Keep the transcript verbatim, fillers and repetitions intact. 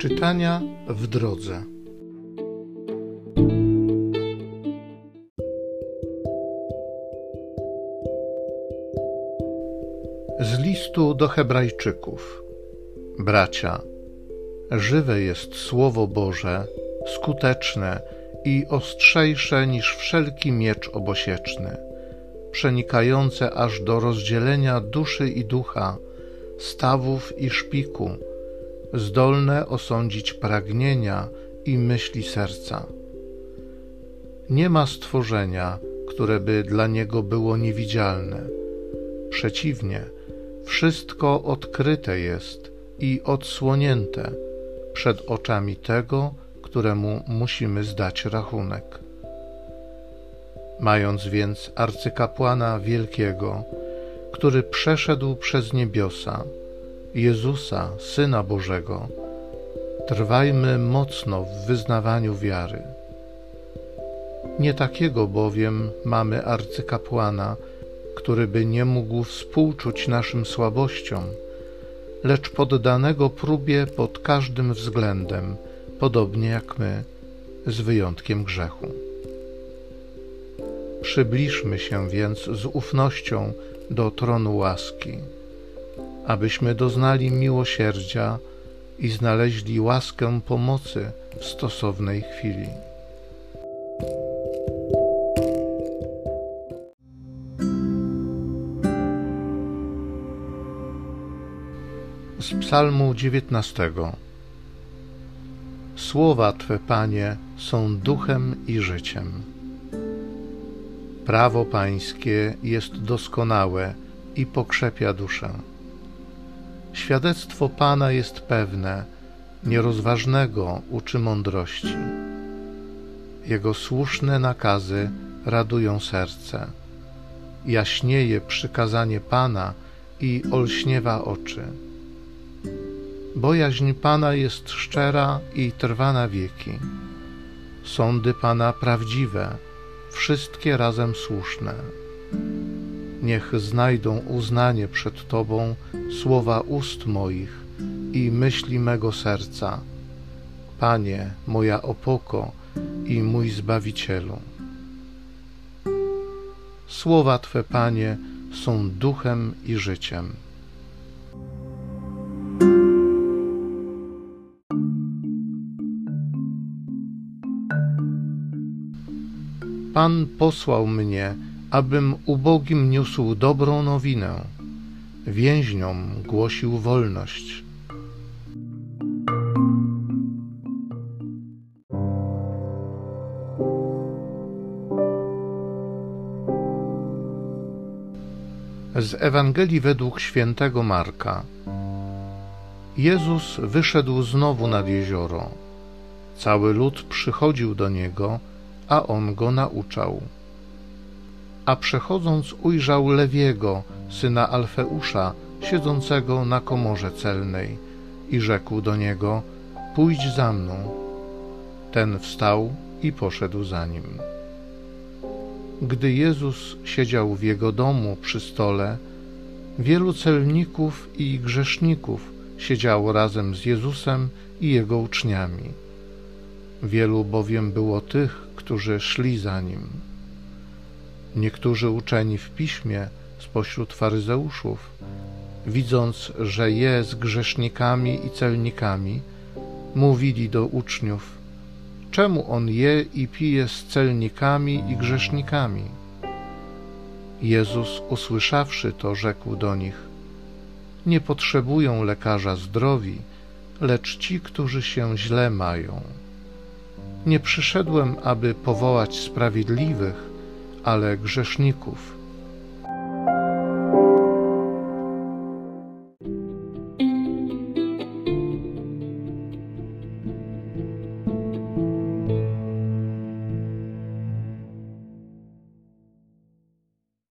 Czytania w drodze. Z listu do Hebrajczyków. Bracia, żywe jest Słowo Boże, skuteczne i ostrzejsze niż wszelki miecz obosieczny, przenikające aż do rozdzielenia duszy i ducha, stawów i szpiku, zdolne osądzić pragnienia i myśli serca. Nie ma stworzenia, które by dla Niego było niewidzialne. Przeciwnie, wszystko odkryte jest i odsłonięte przed oczami tego, któremu musimy zdać rachunek. Mając więc arcykapłana wielkiego, który przeszedł przez niebiosa, Jezusa, Syna Bożego, trwajmy mocno w wyznawaniu wiary. Nie takiego bowiem mamy arcykapłana, który by nie mógł współczuć naszym słabościom, lecz poddanego próbie pod każdym względem, podobnie jak my, z wyjątkiem grzechu. Przybliżmy się więc z ufnością do tronu łaski, abyśmy doznali miłosierdzia i znaleźli łaskę pomocy w stosownej chwili. Z Psalmu dziewiętnastego. Słowa Twe, Panie, są duchem i życiem. Prawo Pańskie jest doskonałe i pokrzepia duszę. Świadectwo Pana jest pewne, nierozważnego uczy mądrości. Jego słuszne nakazy radują serce. Jaśnieje przykazanie Pana i olśniewa oczy. Bojaźń Pana jest szczera i trwa na wieki. Sądy Pana prawdziwe, wszystkie razem słuszne. Niech znajdą uznanie przed Tobą słowa ust moich i myśli mego serca. Panie, moja opoko i mój Zbawicielu. Słowa Twe, Panie, są duchem i życiem. Pan posłał mnie, abym ubogim niósł dobrą nowinę, więźniom głosił wolność. Z Ewangelii według świętego Marka. Jezus wyszedł znowu nad jezioro. Cały lud przychodził do Niego, a On go nauczał. A przechodząc ujrzał Lewiego, syna Alfeusza, siedzącego na komorze celnej i rzekł do niego: pójdź za mną. Ten wstał i poszedł za nim. Gdy Jezus siedział w jego domu przy stole, wielu celników i grzeszników siedziało razem z Jezusem i Jego uczniami. Wielu bowiem było tych, którzy szli za Nim. Niektórzy uczeni w piśmie spośród faryzeuszów, widząc, że je z grzesznikami i celnikami, mówili do uczniów: czemu On je i pije z celnikami i grzesznikami? Jezus, usłyszawszy to, rzekł do nich: nie potrzebują lekarza zdrowi, lecz ci, którzy się źle mają. Nie przyszedłem, aby powołać sprawiedliwych, ale grzeszników.